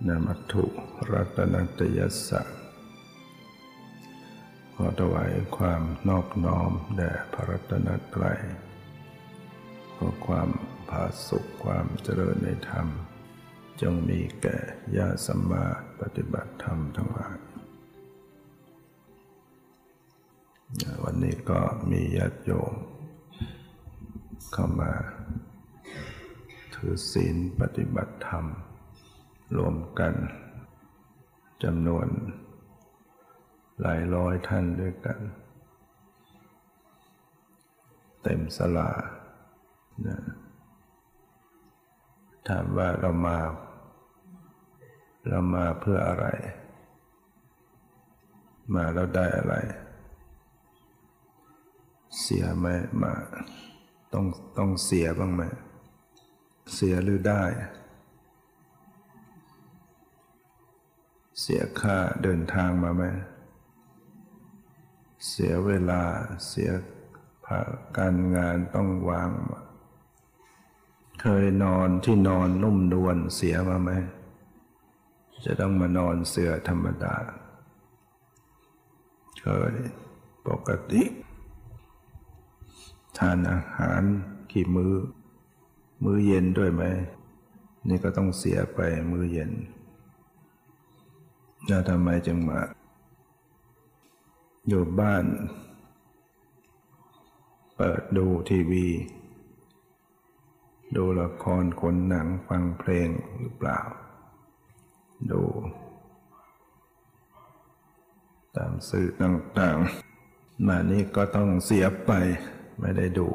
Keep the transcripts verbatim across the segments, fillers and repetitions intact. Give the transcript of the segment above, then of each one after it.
นามัตถุรัตนัตยัสสะขอถวายความนอบน้อมแด่พระรัตนตรัยขอความผาสุกความเจริญในธรรมจงมีแก่ญาติสัมมาปฏิบัติธรรมทั้งหลายวันนี้ก็มีญาติโยมเข้ามาถือศีลปฏิบัติธรรมรวมกันจำนวนหลายร้อยท่านด้วยกันเต็มศาลานะถามว่าเรามาเรามาเพื่ออะไรมาแล้วได้อะไรเสียไหมมาต้องต้องเสียบ้างไหมเสียหรือได้เสียค่าเดินทางมาไหมเสียเวลาเสียการงานต้องวางเคยนอนที่นอนนุ่มนวลเสียมาไหมจะต้องมานอนเสื่อธรรมดาเคยปกติทานอาหารกี่มื้อมื้อเย็นด้วยไหมนี่ก็ต้องเสียไปมื้อเย็นแล้วทำไมจึงมาอยู่บ้านเปิดดูทีวีดูละครขนหนังฟังเพลงหรือเปล่าดูตามสื่อต่างๆมานี่ก็ต้องเสียไปไม่ได้ดู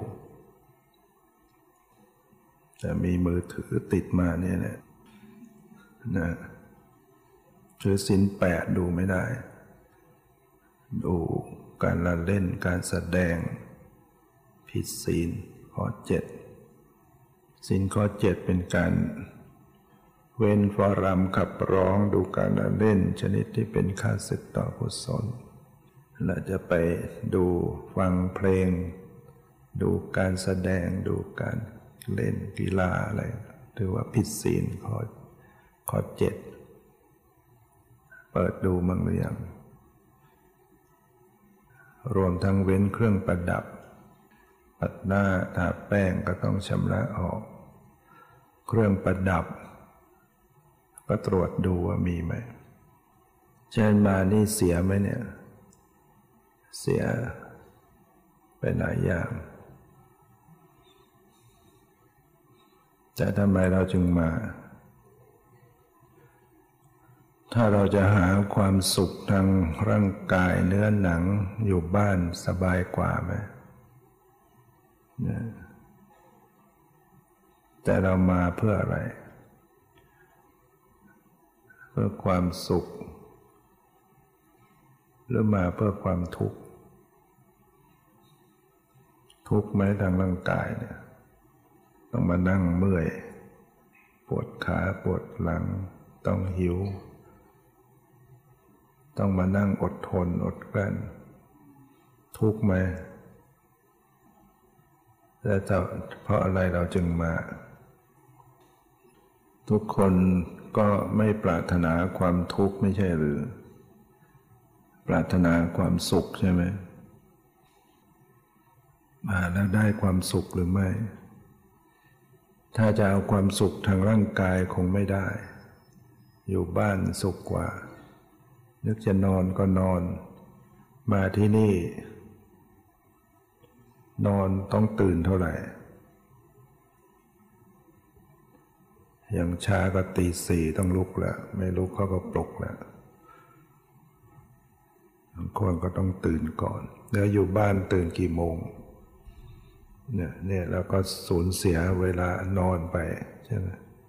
แต่มีมือถือติดมาเนี่ยแหละนะถือศีลแปดดูไม่ได้ดูการละเล่นการแสดงผิดศีลข้อเจ็ดศีลข้อเจ็ดเป็นการเว้นฟ้อนรำขับร้องดูการละเล่นชนิดที่เป็นข้าศึกต่อกุศลและจะไปดูฟังเพลงดูการแสดงดูการเล่นกีฬาอะไรถือว่าผิดศีลข้อข้อเจ็ดเปิดดูมั่งหรือยังรวมทั้งเว้นเครื่องประดับปัดหน้าทาแป้งก็ต้องชำระออกเครื่องประดับก็ตรวจดูว่ามีไหมเช่นมานี่เสียไหมเนี่ยเสียไปหลายอย่างแต่ทำไมเราจึงมาถ้าเราจะหาความสุขทางร่างกายเนื้อหนังอยู่บ้านสบายกว่าไหมแต่เรามาเพื่ออะไรเพื่อความสุขหรือมาเพื่อความทุกข์ทุกข์ไหมทางร่างกายเนี่ยต้องมานั่งเมื่อยปวดขาปวดหลังต้องหิวต้องมานั่งอดทนอดกลั้นทุกข์ไหมแล้วเพราะอะไรเราจึงมาทุกคนก็ไม่ปรารถนาความทุกข์ไม่ใช่หรือปรารถนาความสุขใช่ไหมมาแล้วได้ความสุขหรือไม่ถ้าจะเอาความสุขทางร่างกายคงไม่ได้อยู่บ้านสุขกว่านึกจะนอนก็นอนมาที่นี่นอนต้องตื่นเท่าไหร่อย่างช้าก็ตีสี่ต้องลุกแล้วไม่ลุกเขาก็ปลุกแล้วบางคนก็ต้องตื่นก่อนแล้วอยู่บ้านตื่นกี่โมงเนี่ยเนี่ยเราก็สูญเสียเวลานอนไปใช่ไหม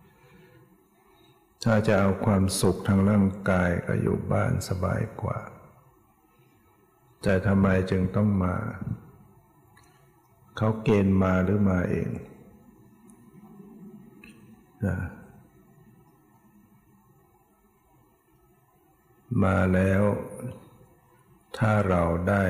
ถ้าจะเอาความสุขทางร่างกายก็อยู่บ้านสบายกว่าแต่ทำไมจึงต้องมาเขาเกณฑ์มาหรือมาเองนะมาแล้วถ้าเราได้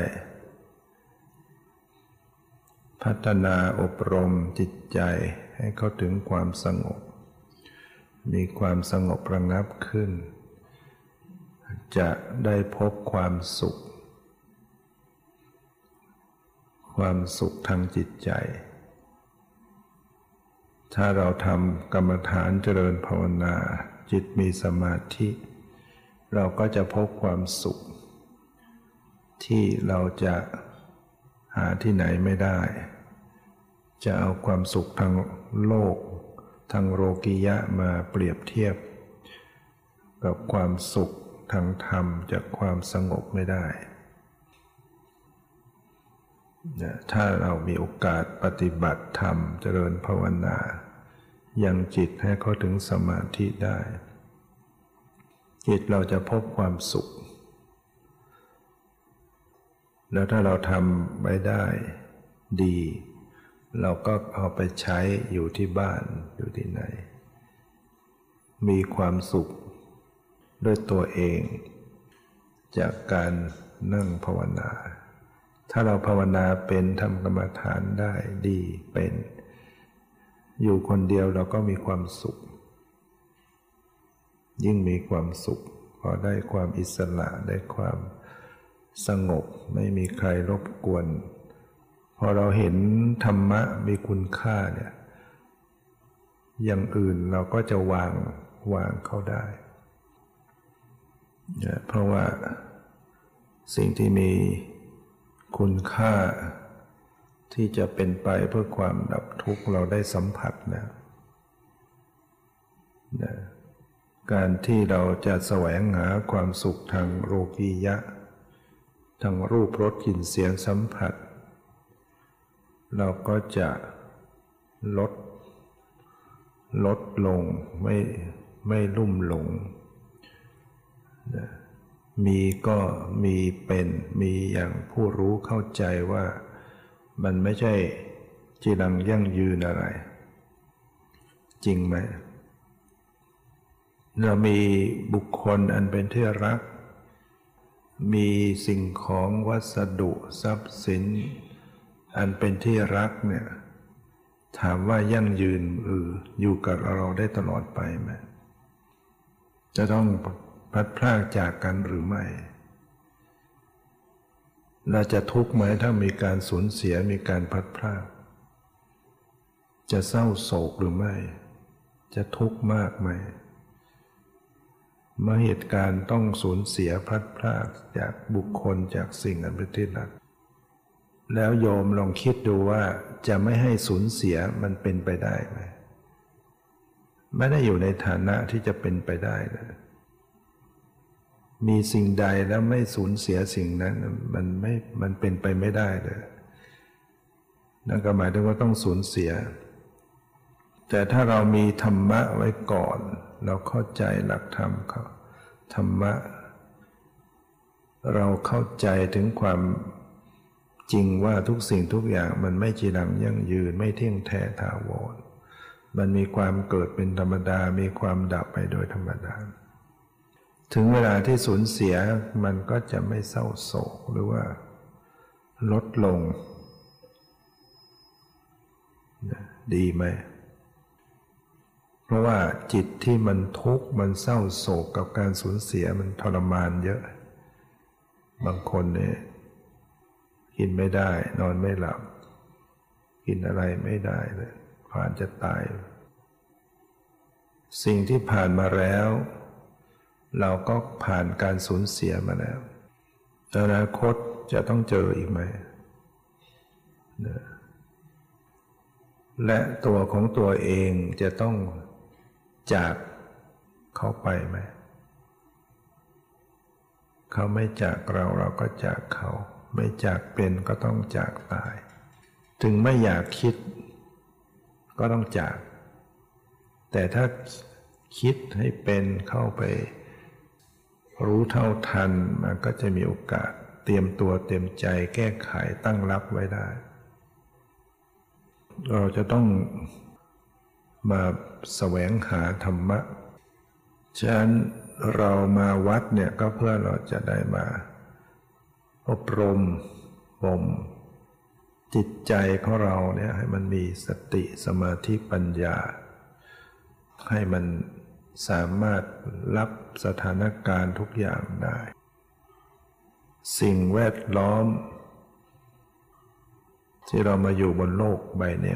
พัฒนาอบรมจิตใจให้เข้าถึงความสงบมีความสงบระงับขึ้นจะได้พบความสุขความสุขทางจิตใจถ้าเราทำกรรมฐานเจริญภาวนาจิตมีสมาธิเราก็จะพบความสุขที่เราจะหาที่ไหนไม่ได้จะเอาความสุขทางโลกทางโลกียะมาเปรียบเทียบกับความสุขทางธรรมจากความสงบไม่ได้ถ้าเรามีโอกาสปฏิบัติธรรมเจริญภาวนายังจิตให้เข้าถึงสมาธิได้จิตเราจะพบความสุขแล้วถ้าเราทำไปได้ดีเราก็เอาไปใช้อยู่ที่บ้านอยู่ที่ไหนมีความสุขด้วยตัวเองจากการนั่งภาวนาถ้าเราภาวนาเป็นทำกรรมฐานได้ดีเป็นอยู่คนเดียวเราก็มีความสุขยิ่งมีความสุขพอได้ความอิสระได้ความสงบไม่มีใครรบกวนพอเราเห็นธรรมะมีคุณค่าเนี่ยอย่างอื่นเราก็จะวางวางเข้าได้เพราะว่าสิ่งที่มีคุณค่าที่จะเป็นไปเพื่อความดับทุกข์เราได้สัมผัสนะนะการที่เราจะแสวงหาความสุขทางโลกียะทางรูปรสกลิ่นเสียงสัมผัสเราก็จะลดลดลงไม่ไม่ลุ่มหลงนะมีก็มีเป็นมีอย่างผู้รู้เข้าใจว่ามันไม่ใช่จีรังยั่งยืนอะไรจริงไหมเรามีบุคคลอันเป็นที่รักมีสิ่งของวัสดุทรัพย์สินอันเป็นที่รักเนี่ยถามว่ายั่งยืนหรืออยู่กับเราได้ตลอดไปไหมจะต้องพลัดพรากจากกันหรือไม่เราจะทุกข์ไหมถ้ามีการสูญเสียมีการพลัดพรากจะเศร้าโศกหรือไม่จะทุกข์มากไหมเมื่อเหตุการณ์ต้องสูญเสียพลัดพรากจากบุคคลจากสิ่งอันเป็นที่รักแล้วโยมลองคิดดูว่าจะไม่ให้สูญเสียมันเป็นไปได้ไหมไม่ได้อยู่ในฐานะที่จะเป็นไปได้เลยมีสิ่งใดแล้วไม่สูญเสียสิ่งนั้นมันไม่มันเป็นไปไม่ได้เลยนั่นก็หมายถึงว่าต้องสูญเสียแต่ถ้าเรามีธรรมะไว้ก่อนเราเข้าใจหลักธรรมเขาธรรมะเราเข้าใจถึงความจริงว่าทุกสิ่งทุกอย่างมันไม่จีรังยั่งยืนไม่เที่ยงแท้ถาวรมันมีความเกิดเป็นธรรมดามีความดับไปโดยธรรมดาถึงเวลาที่สูญเสียมันก็จะไม่เศร้าโศกหรือว่าลดลงดีไหมเพราะว่าจิตที่มันทุกข์มันเศร้าโศกกับการสูญเสียมันทรมานเยอะบางคนเนี่ยกินไม่ได้นอนไม่หลับกินอะไรไม่ได้เลยผ่านจะตายสิ่งที่ผ่านมาแล้วเราก็ผ่านการสูญเสียมาแล้วอนาคตจะต้องเจออีกไหมและตัวของตัวเองจะต้องจากเขาไปไหมเขาไม่จากเราเราก็จากเขาไม่จากเป็นก็ต้องจากตายถึงไม่อยากคิดก็ต้องจากแต่ถ้าคิดให้เป็นเข้าไปรู้เท่าทันมันก็จะมีโอกาสเตรียมตัวเตรียมใจแก้ไขตั้งรับไว้ได้เราจะต้องมาแสวงหาธรรมะฉะนั้นเรามาวัดเนี่ยก็เพื่อเราจะได้มาอบรมบ่มจิตใจของเราเนี่ยให้มันมีสติสมาธิปัญญาให้มันสามารถรับสถานการณ์ทุกอย่างได้สิ่งแวดล้อมที่เรามาอยู่บนโลกใบนี้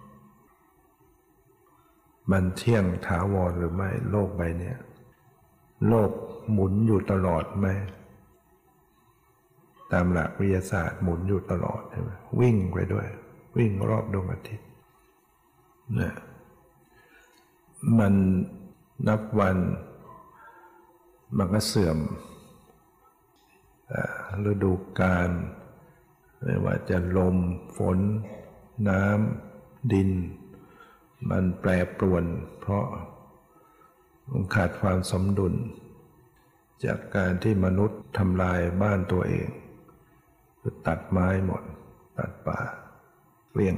มันเที่ยงถาวรหรือไม่โลกใบนี้โลกหมุนอยู่ตลอดไหมตามหลักวิทยาศาสตร์หมุนอยู่ตลอดใช่ไหมวิ่งไปด้วยวิ่งรอบดวงอาทิตย์เนี่ยมันนับวันมันก็เสื่อมฤดูกาลไม่ว่าจะลมฝนน้ำดินมันแปรปรวนเพราะมันขาดความสมดุลจากการที่มนุษย์ทำลายบ้านตัวเองคือตัดไม้หมดตัดป่าเกลี้ยง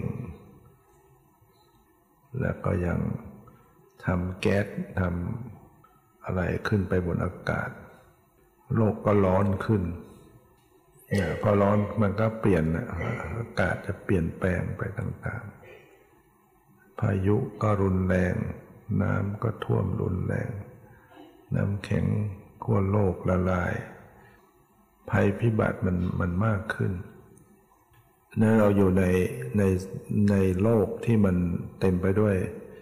แล้วก็ยังทำแก๊สทำอะไรขึ้นไปบนอากาศโลกก็ร้อนขึ้นเนี่ยพอร้อนมันก็เปลี่ยนนะอากาศจะเปลี่ยนแปลงไปต่างๆพายุก็รุนแรงน้ำก็ท่วมรุนแรงน้ำแข็งขั้วโลกละลายภัยพิบัติมันมันมากขึ้นนั่นเราอยู่ในในในโลกที่มันเต็มไปด้วย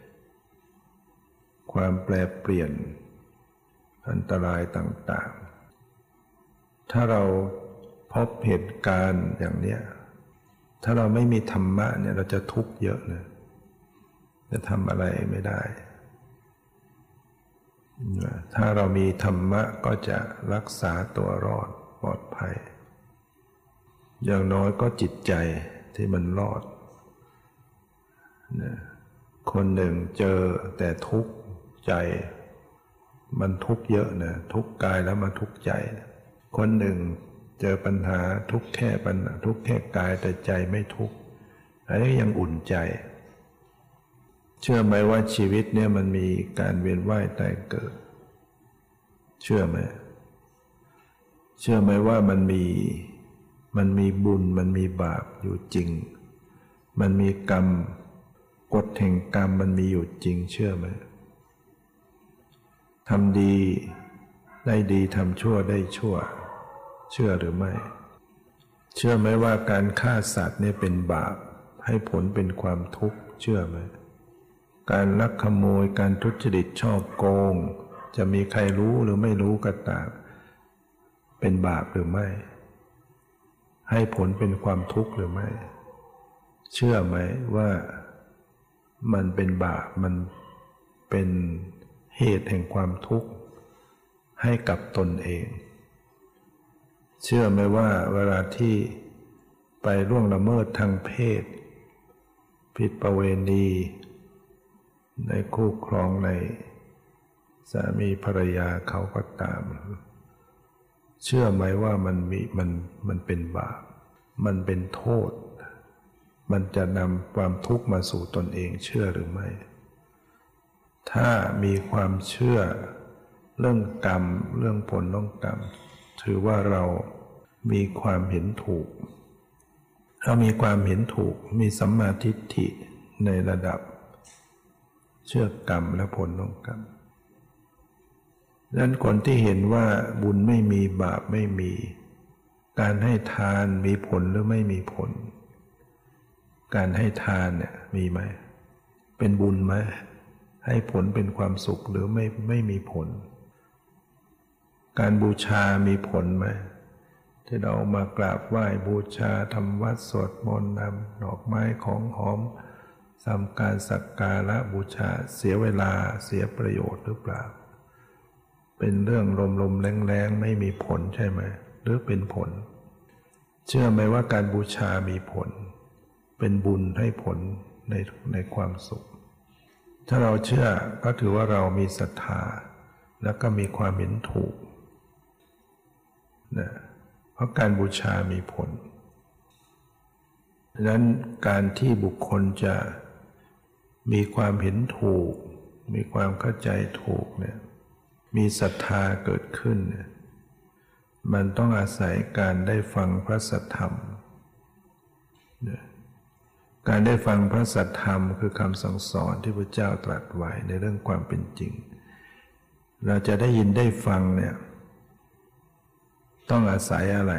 ความแปรเปลี่ยนอันตรายต่างๆถ้าเราพบเหตุการณ์อย่างเนี้ยถ้าเราไม่มีธรรมะเนี่ยเราจะทุกข์เยอะเลยจะทำอะไรไม่ได้ถ้าเรามีธรรมะก็จะรักษาตัวรอดปลอดภัยอย่างน้อยก็จิตใจที่มันรอดคนหนึ่งเจอแต่ทุกข์ใจมันทุกข์เยอะนะทุกข์กายแล้วมาทุกข์ใจคนหนึ่งเจอปัญหาทุกข์แค่ปัญหาทุกข์แค่กายแต่ใจไม่ทุกข์อันนี้ยังอุ่นใจเชื่อไหมว่าชีวิตเนี่ยมันมีการเวียนว่ายตายเกิดเชื่อไหมเชื่อไหมว่ามันมีมันมีบุญมันมีบาปอยู่จริงมันมีกรรมกฎแห่งกรรมมันมีอยู่จริงเชื่อไหมทำดีได้ดีทำชั่วได้ชั่วเชื่อหรือไม่เชื่อไหมว่าการฆ่าสัตว์เนี่ยเป็นบาปให้ผลเป็นความทุกข์เชื่อไหมการลักขโมยการทุจริตฉ้อโกงจะมีใครรู้หรือไม่รู้ก็ตามเป็นบาปหรือไม่ให้ผลเป็นความทุกข์หรือไม่เชื่อไหมว่ามันเป็นบาปมันเป็นเหตุแห่งความทุกข์ให้กับตนเองเชื่อไหมว่าเวลาที่ไปล่วงละเมิดทางเพศผิดประเวณีในคู่ครองในสามีภรรยาเขาก็ตามเชื่อไหมว่ามันมีมันมันเป็นบาปมันเป็นโทษมันจะนำความทุกข์มาสู่ตนเองเชื่อหรือไม่ถ้ามีความเชื่อเรื่องกรรมเรื่องผลของกรรมถือว่าเรามีความเห็นถูกเรามีความเห็นถูกมีสัมมาทิฏฐิในระดับเชื่อกรรมและผลของกรรมดังนั้นคนที่เห็นว่าบุญไม่มีบาปไม่มีการให้ทานมีผลหรือไม่มีผลการให้ทานเนี่ยมีไหมเป็นบุญไหมให้ผลเป็นความสุขหรือไม่ไม่มีผลการบูชามีผลไหมที่เรามากราบไหว้บูชาทำวัดสวดมนต์นำดอกไม้ของหอมทำการสักการะบูชาเสียเวลาเสียประโยชน์หรือเปล่าเป็นเรื่องลมๆแรงๆไม่มีผลใช่ไหมหรือเป็นผลเชื่อไหมว่าการบูชามีผลเป็นบุญให้ผลในในความสุขถ้าเราเชื่อก็ถือว่าเรามีศรัทธาแล้วก็มีความเห็นถูกนะเพราะการบูชามีผลดังนั้นการที่บุคคลจะมีความเห็นถูกมีความเข้าใจถูกเนี่ยมีศรัทธาเกิดขึ้นเนี่ยมันต้องอาศัยการได้ฟังพระสัทธรรมการได้ฟังพระสัทธรรมคือคำสั่งสอนที่พระเจ้าตรัสไว้ในเรื่องความเป็นจริงเราจะได้ยินได้ฟังเนี่ยต้องอาศัยอะไร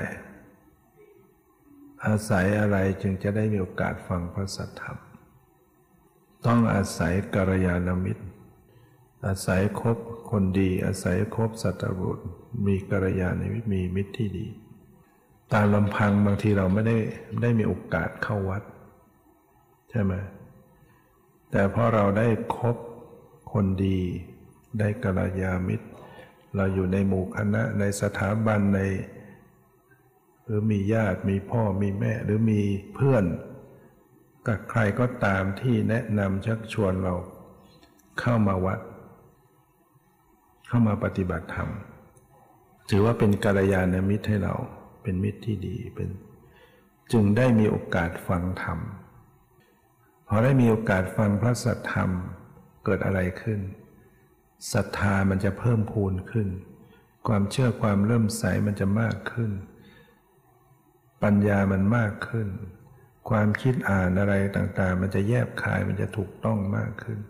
อาศัยอะไรจึงจะได้มีโอกาสฟังพระสัทธรรมต้องอาศัยกัลยาณมิตรอาศัยคบคนดีอาศัยคบสัตบุรุษมีกัลยาณมิตรมีมิตรที่ดีตามลำพังบางทีเราไม่ได้ได้มีโอกาสเข้าวัดใช่ไหมแต่พอเราได้คบคนดีได้กัลยาณมิตรเราอยู่ในหมู่คณะในสถาบันในหรือมีญาติมีพ่อมีแม่หรือมีเพื่อนกับใครก็ตามที่แนะนำชักชวนเราเข้ามาวัดเข้ามาปฏิบัติธรรมถือว่าเป็นกัลยาณมิตรให้เราเป็นมิตรที่ดีเป็นจึงได้มีโอกาสฟังธรรมพอได้มีโอกาสฟังพระสัทธรรมเกิดอะไรขึ้นศรัทธามันจะเพิ่มพูนขึ้นความเชื่อความเริ่มใสมันจะมากขึ้นปัญญามันมากขึ้นความคิดอ่านอะไรต่างๆมันจะแยบคายมันจะถูกต้องมากขึ้น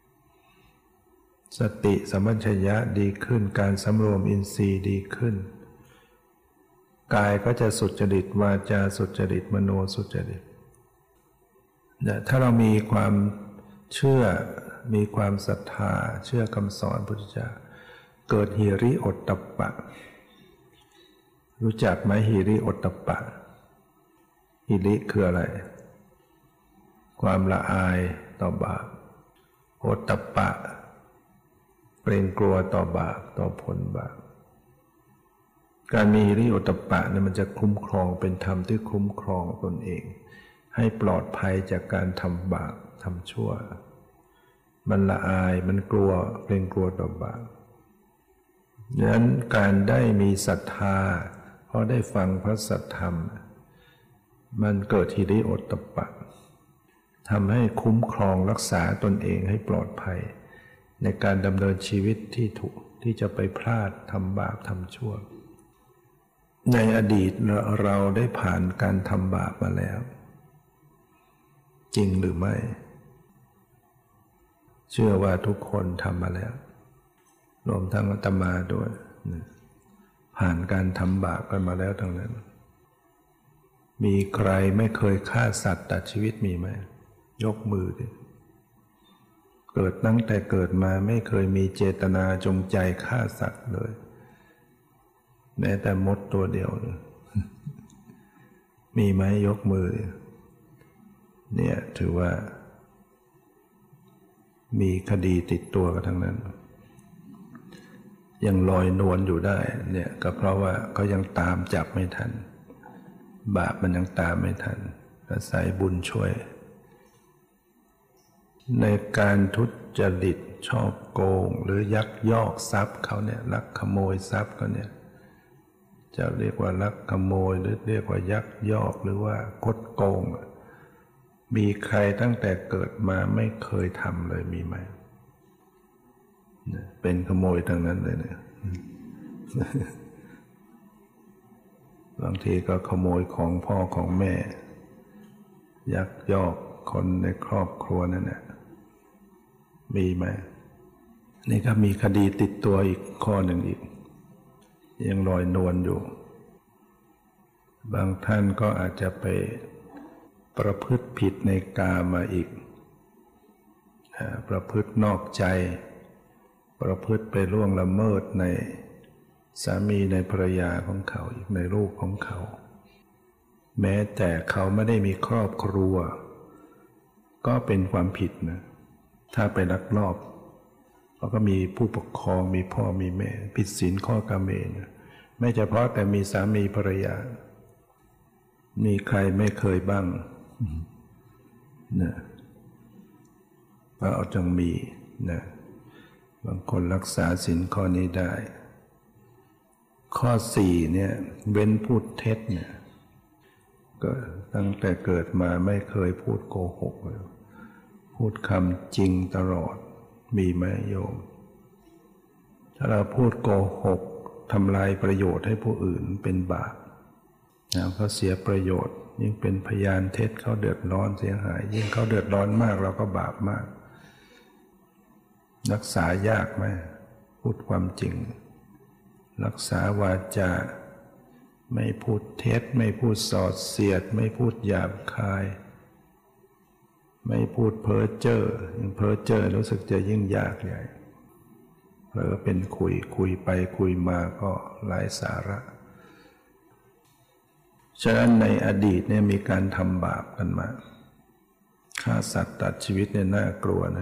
สติสัมปชัญญะดีขึ้นการสำรวมอินทรีย์ดีขึ้นกายก็จะสุจริตวาจาสุจริตมโนสุจริตถ้าเรามีความเชื่อมีความศรัทธาเชื่อคำสอนพุทธเจ้าเกิดหิริโอตตัปปะรู้จักไหมหิริโอตตัปปะหิริคืออะไรความละอายต่อบาปโอตตัปปะเกรงกลัวต่อบาปต่อผลบาปการมีหิริโอตตัปปะเนี่ยมันจะคุ้มครองเป็นธรรมที่คุ้มครองตนเองให้ปลอดภัยจากการทำบาปทำชั่วมันละอายมันกลัวเกรงกลัวต่อบาปดังนั้นการได้มีศรัทธาเพราะได้ฟังพระสัทธรรมมันเกิดหิริโอตตัปปะทำให้คุ้มครองรักษาตนเองให้ปลอดภัยในการดำเนินชีวิตที่ถูกที่จะไปพลาดทำบาปทำชั่วในอดีตเราได้ผ่านการทำบาปมาแล้วจริงหรือไม่เชื่อว่าทุกคนทำมาแล้วรวมทั้งอาตมาด้วยผ่านการทำบาปกันมาแล้วทั้งนั้นมีใครไม่เคยฆ่าสัตว์ตัดชีวิตมีไหมยกมือดิเกิดตั้งแต่เกิดมาไม่เคยมีเจตนาจงใจฆ่าสัตว์เลยแม้แต่มดตัวเดียวเลยมีไหมยกมือเนี่ยถือว่ามีคดีติดตัวกันทั้งนั้นยังลอยนวลอยู่ได้เนี่ยก็เพราะว่าเขายังตามจับไม่ทันบาปมันยังตามไม่ทันอาศัยบุญช่วยในการทุจริตชอบโกงหรือยักยอกทรัพย์เขาเนี่ยลักขโมยทรัพย์เขาเนี่ยจะเรียกว่าลักขโมยหรือเรียกว่ายักยอกหรือว่าคดโกงมีใครตั้งแต่เกิดมาไม่เคยทำเลยมีไหมเป็นขโมยทั้งนั้นเลยเนี่ยบางทีก็ขโมยของพ่อของแม่ยักยอกคนในครอบครัวนั่นแหละมีไหมนี่ก็มีคดีติดตัวอีกข้อหนึ่งอีกยังลอยนวลอยู่บางท่านก็อาจจะไปประพฤติผิดในกามมาอีกประพฤตินอกใจประพฤติไปล่วงละเมิดในสามีในภรรยาของเขาอีกในลูกของเขาแม้แต่เขาไม่ได้มีครอบครัวก็เป็นความผิดนะถ้าไปลักลอบเขาก็มีผู้ปกครองมีพ่อมีแม่ผิดศีลข้อกาเมนะไม่เฉพาะแต่มีสามีภรรยามีใครไม่เคยบ้างนะว่าเอาจงมีนะบางคนรักษาศีลข้อนี้ได้ข้อสี่เนี่ยเว้นพูดเท็จเนี่ยก็ตั้งแต่เกิดมาไม่เคยพูดโกหกเลยพูดคำจริงตลอดมีไหมโยมถ้าเราพูดโกหกทำลายประโยชน์ให้ผู้อื่นเป็นบาปนะเขาเสียประโยชน์ยิ่งเป็นพยานเท็จเขาเดือดร้อนเสียหายยิ่งเขาเดือดร้อนมากเราก็บาปมากรักษายากไหมพูดความจริงรักษาวาจาไม่พูดเท็จไม่พูดส่อเสียดไม่พูดหยาบคายไม่พูดเพ้อเจ้อเพ้อเจ้อรู้สึกจะยิ่งยากใหญ่เผลอเป็นคุยคุยไปคุยมาก็ไร้สาระฉะนั้นในอดีตเนี่ยมีการทำบาปกันมาฆ่าสัตว์ตัดชีวิตเนี่ยน่ากลัวนะ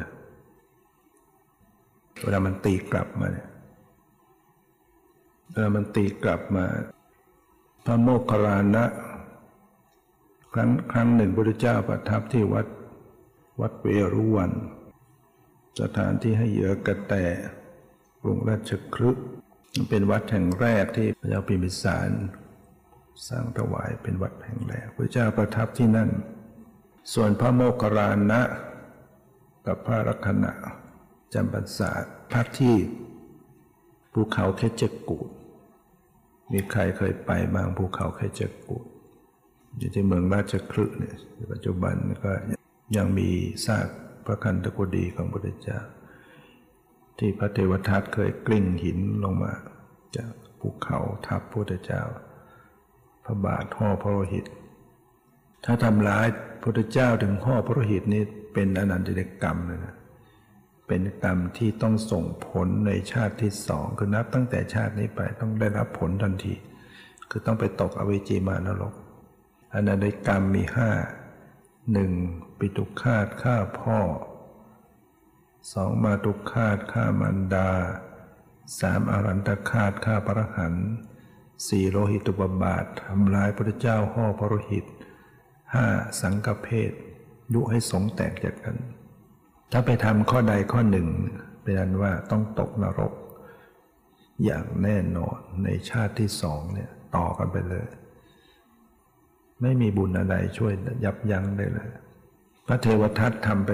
เวลามันตีกลับมาเนี่ยเวลามันตีกลับมาพระโมคคัลลานะครั้งครั้งหนึ่งพระพุทธเจ้าประทับที่วัดวัดเวรุวันสถานที่ให้เหยื่อกระแตกรุงราชคฤห์เป็นวัดแห่งแรกที่พระเจ้าพิมพิสารสร้างถวายเป็นวัดแห่งแรกพระเจ้าประทับที่นั่นส่วนพระโมคคัลลานะกับพระลักขณะจำพรรษาพักที่ภูเขาเคชกูฏมีใครเคยไปบ้างภูเขาเคชกูฏอยู่ที่เมืองราชคฤห์เนี่ยปัจจุบันก็ยังมีซากพระคันธกุฎีของพระพุทธเจ้าที่พระเทวทัตเคยกลิ้งหินลงมาจากภูเขาทับพระพุทธเจ้าพระบาทห่อพระโลหิตถ้าทำร้ายพระพุทธเจ้าถึงห่อพระโลหิตนี่เป็นอนันตริยกรรมเลยนะเป็นกรรมที่ต้องส่งผลในชาติที่สองคือนับตั้งแต่ชาตินี้ไปต้องได้รับผลทันทีคือต้องไปตกอเวจีมานรกอนันตริยกรรมมีห้าหนึ่งปิตุฆาตฆ่าพ่อสองมาตุฆาตฆ่ามารดาสามอารันตฆาตฆ่าพระอรหันต์สี่โลหิตุปบาททำลายพระพุทธเจ้าห่อพระโลหิตห้าสังฆเพศยุให้สงฆ์แตกจากกันถ้าไปทำข้อใดข้อหนึ่งเป็นอันว่าต้องตกนรกอย่างแน่นอนในชาติที่สองเนี่ยต่อกันไปเลยไม่มีบุญอะไรช่วยยับยั้งได้เลยพระเทวทัตทำไป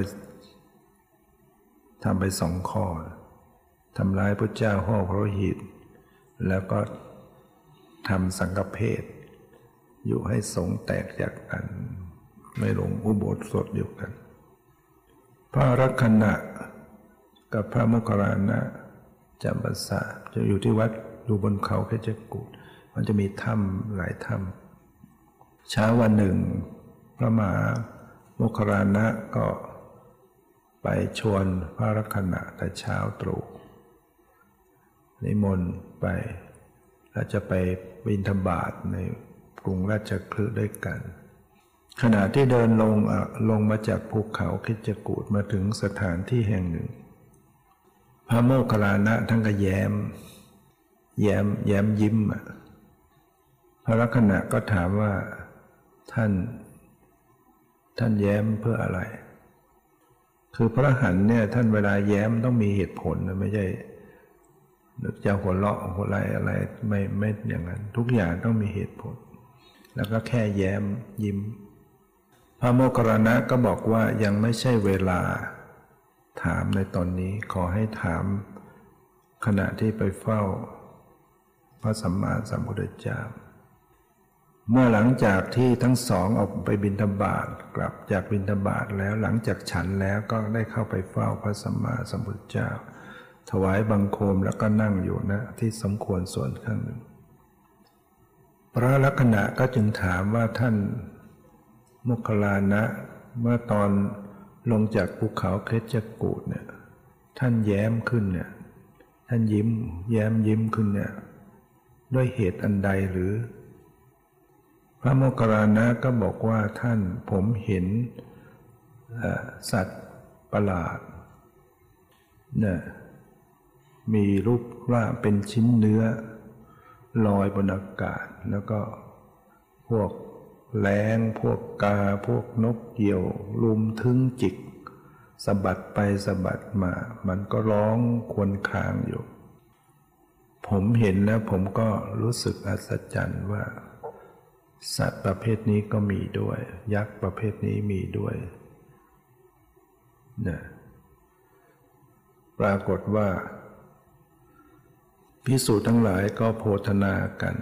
ทำไปสองข้อทำร้ายพระเจ้าห่อพระโลหิตแล้วก็ทำสังฆเพศอยู่ให้สงฆ์แตกจากกันไม่ลงอุโบสถอยู่กันพระลักขณะกับพระโมคคัลลานะจำพรรษาจะอยู่ที่วัดอยู่บนเขาเคชกูฏมันจะมีถ้ำหลายถ้ำเช้าวันหนึ่งพระมหาโมคคัลลานะก็ไปชวนพระลักขณะแต่เช้าตรู่นิมนต์ไปแล้วจะไปบิณฑบาตในกรุงราชคฤห์ด้วยกันขณะที่เดินลงลงมาจากภูเขาคิชกูฏมาถึงสถานที่แห่งหนึ่งพระโมคคัลลานะท่านก็แย้มแย้มแย้มยิ้มพระลักขณะก็ถามว่าท่านท่านแย้มเพื่ออะไรคือพระอรหันต์เนี่ยท่านเวลาแย้มต้องมีเหตุผลนะไม่ใช่นึกจะหัวเราะหัวไรอะไรไม่ไม่อย่างนั้นทุกอย่างต้องมีเหตุผลแล้วก็แค่แย้มยิ้มพระโมคคัลลานะก็บอกว่ายังไม่ใช่เวลาถามในตอนนี้ขอให้ถามขณะที่ไปเฝ้าพระสัมมาสัมพุทธเจ้าเมื่อหลังจากที่ทั้งสองออกไปบิณฑบาตกลับจากบิณฑบาตแล้วหลังจากฉันแล้วก็ได้เข้าไปเฝ้าพระสัมมาสัมพุทธเจ้าถวายบังคมแล้วก็นั่งอยู่นะที่สมควรส่วนข้างหนึ่งพระลักขณะก็จึงถามว่าท่านโมคคัลลานะเมื่อตอนลงจากภูเขาเคชกูฏเนี่ยท่านแย้มขึ้นเนี่ยท่านยิ้มแย้มยิ้มขึ้นเนี่ยด้วยเหตุอันใดหรือพระโมคคัลลานะก็บอกว่าท่านผมเห็นสัตว์ประหลาดเนี่ยมีรูปร่างเป็นชิ้นเนื้อลอยบนอากาศแล้วก็พวกแล้งพวกกาพวกนกเหยี่ยวลุมทึ่งจิกสะบัดไปสะบัดมามันก็ร้องครวญครางอยู่ผมเห็นแล้วผมก็รู้สึกอัศจรรย์ว่าสัตว์ประเภทนี้ก็มีด้วยยักษ์ประเภทนี้มีด้วยนะปรากฏว่าภิกษุทั้งหลายก็โพธนากัน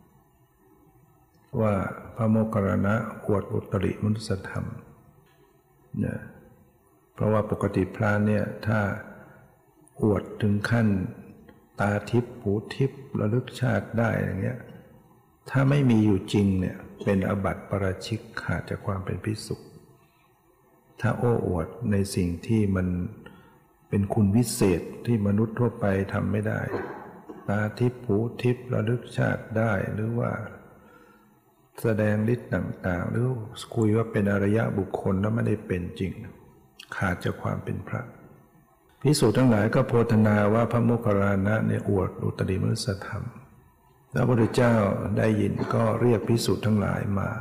ว่าพระโมคคัลลานะอวดอุตริมนุสธรรมเนี่ยเพราะว่าปกติพระเนี่ยถ้าอวดถึงขั้นตาทิพย์หูทิพย์ระลึกชาติได้อย่างเงี้ยถ้าไม่มีอยู่จริงเนี่ยเป็นอบัติปาราชิกขาดจากความเป็นภิกษุถ้าโอ้อวดในสิ่งที่มันเป็นคุณวิเศษที่มนุษย์ทั่วไปทำไม่ได้ตาทิพย์หูทิพย์ระลึกชาติได้หรือว่าแสดงฤทธิ์ต่างๆหรือคุยว่าเป็นอริยบุคคลแล้วไม่ได้เป็นจริงขาดจากความเป็นพระภิกษุทั้งหลายก็โพธนาว่าพระโมคคัลลานะเนี่ยอวดอุตริมนุสธรรมแล้วพระพุทธเจ้าได้ยินก็เรียกภิกษุทั้งหลายมา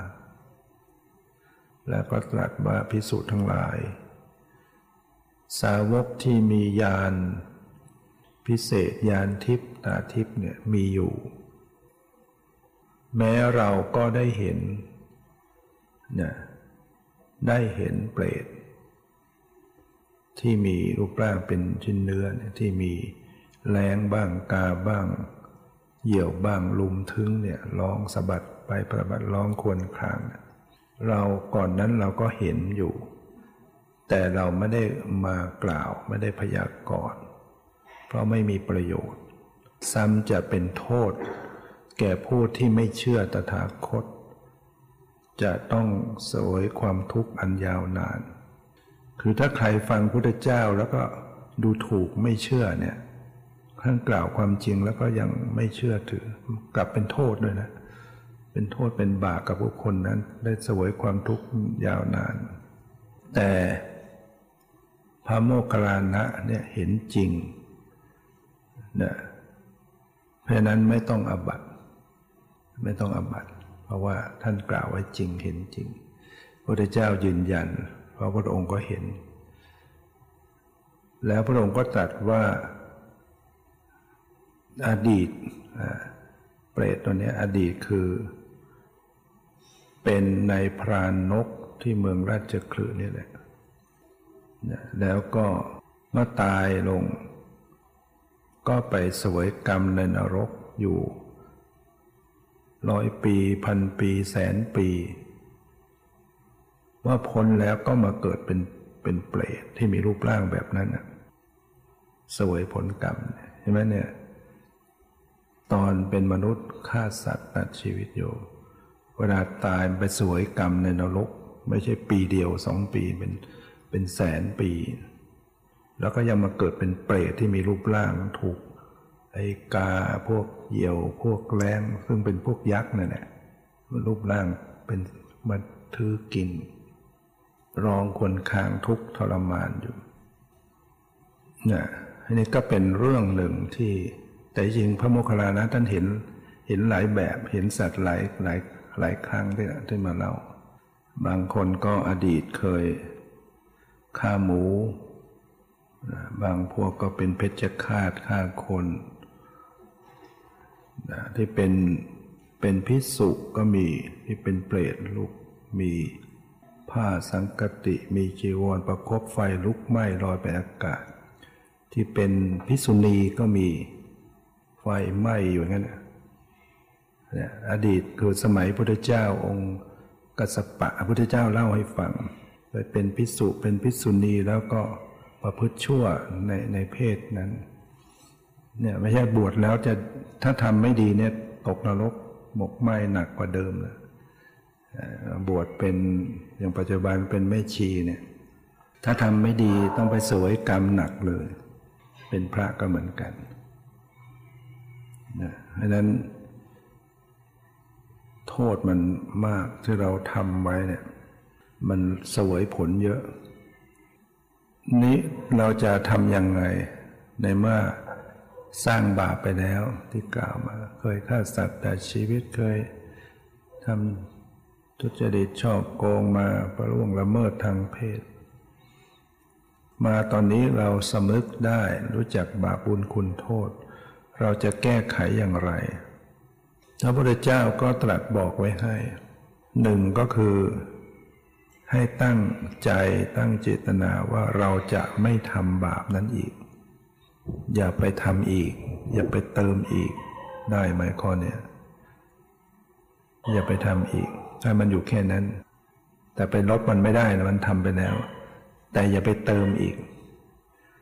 แล้วก็ตรัสว่าภิกษุทั้งหลายสาวกที่มีญาณพิเศษญาณทิพย์ตาทิพย์เนี่ยมีอยู่แม้เราก็ได้เห็นเนี่ยได้เห็นเปรตที่มีรูปร่างเป็นชิ้นเนื้อที่มีแรงบ้างกาบ้างเหยี่ยวบ้างลุมทึ้งเนี่ยร้องสะบัดไปประบัดร้องครวญครางเราก่อนนั้นเราก็เห็นอยู่แต่เราไม่ได้มากล่าวไม่ได้พยากรณ์เพราะไม่มีประโยชน์ซ้ำจะเป็นโทษแก่ผู้ที่ไม่เชื่อตถาคตจะต้องเสวยความทุกข์อันยาวนานคือถ้าใครฟังพุทธเจ้าแล้วก็ดูถูกไม่เชื่อเนี่ยท่านกล่าวความจริงแล้วก็ยังไม่เชื่อถือกลับเป็นโทษด้วยนะเป็นโทษเป็นบาปกับบุคคลนั้นได้เสวยความทุกข์ยาวนานแต่พระโมคคัลลานะเนี่ยเห็นจริงนะเพราะนั้นไม่ต้องอาบัติไม่ต้องอาบัติเพราะว่าท่านกล่าวไว้จริงเห็นจริงพระพุทธเจ้ายืนยันเพราะพระองค์ก็เห็นแล้วพระองค์ก็ตรัสว่าอดีตเปรตตัวนี้อดีตคือเป็นนายพรานนกที่เมืองราชคฤห์นี่แหละแล้วก็เมื่อตายลงก็ไปเสวยกรรมในนรกอยู่ร้อยปีพันปีแสนปีว่าพ้นแล้วก็มาเกิดเป็นเป็นเปรตที่มีรูปร่างแบบนั้นนะเสวยผลกรรมใช่ไหมเนี่ยตอนเป็นมนุษย์ฆ่าสัตว์ตัดชีวิตอยู่เวลาตายไปเสวยกรรมในนรกไม่ใช่ปีเดียวสองปีเป็นเป็นแสนปีแล้วก็ยังมาเกิดเป็นเปรตที่มีรูปร่างถูกไอ้กาพวกเหยี่ยวพวกแร้งซึ่งเป็นพวกยักษ์นั่นแหละรูปร่างเป็นมาถือกินร้องครวญครางทุกข์ทรมานอยู่เนี่ยอันนี้ก็เป็นเรื่องหนึ่งที่แต่จริงพระโมคคัลลานะท่านเห็นเห็นหลายแบบเห็นสัตว์หลายหลายหลายครั้งที่ที่มาเล่าบางคนก็อดีตเคยฆ่าหมูบางพวกก็เป็นเพชฌฆาตฆ่าคนที่เป็นเป็นภิกษุก็มีที่เป็นเปรตลุกมีผ้าสังกติมีจีวรประคบไฟลุกไหม้ลอยไปอากาศที่เป็นภิกษุณีก็มีไฟไหม้อยู่อย่างนั้นเนี่ยอดีตคือสมัยพุทธเจ้าองค์กัสสปะพระพุทธเจ้าเล่าให้ฟังไปเป็นภิกษุเป็นภิกษุณีแล้วก็ประพฤติชั่วในในเพศนั้นเนี่ยไม่ใช่บวชแล้วจะถ้าทำไม่ดีเนี่ยตกนรกหมกไหม้หนักกว่าเดิมเลยบวชเป็นอย่างปัจจุบันเป็นแม่ชีเนี่ยถ้าทำไม่ดีต้องไปเสวยกรรมหนักเลยเป็นพระก็เหมือนกันนะเพราะนั้นโทษมันมากที่เราทำไว้เนี่ยมันเสวยผลเยอะนี้เราจะทำยังไงในเมื่อสร้างบาปไปแล้วที่กล่าวมาเคยฆ่าสัตว์ตัดชีวิตเคยทำทุจริตชอบโกงมาประล่วงละเมิดทางเพศมาตอนนี้เราสำนึกได้รู้จักบาปบุญคุณโทษเราจะแก้ไขอย่างไรพระพุทธเจ้าก็ตรัสบอกไว้ให้หนึ่งก็คือให้ตั้งใจตั้งเจตนาว่าเราจะไม่ทำบาปนั้นอีกอย่าไปทำอีกอย่าไปเติมอีกได้ไหมข้อเนี้ยอย่าไปทำอีกให้มันอยู่แค่นั้นแต่ไปลดมันไม่ได้นะมันทำไปแล้วแต่อย่าไปเติมอีก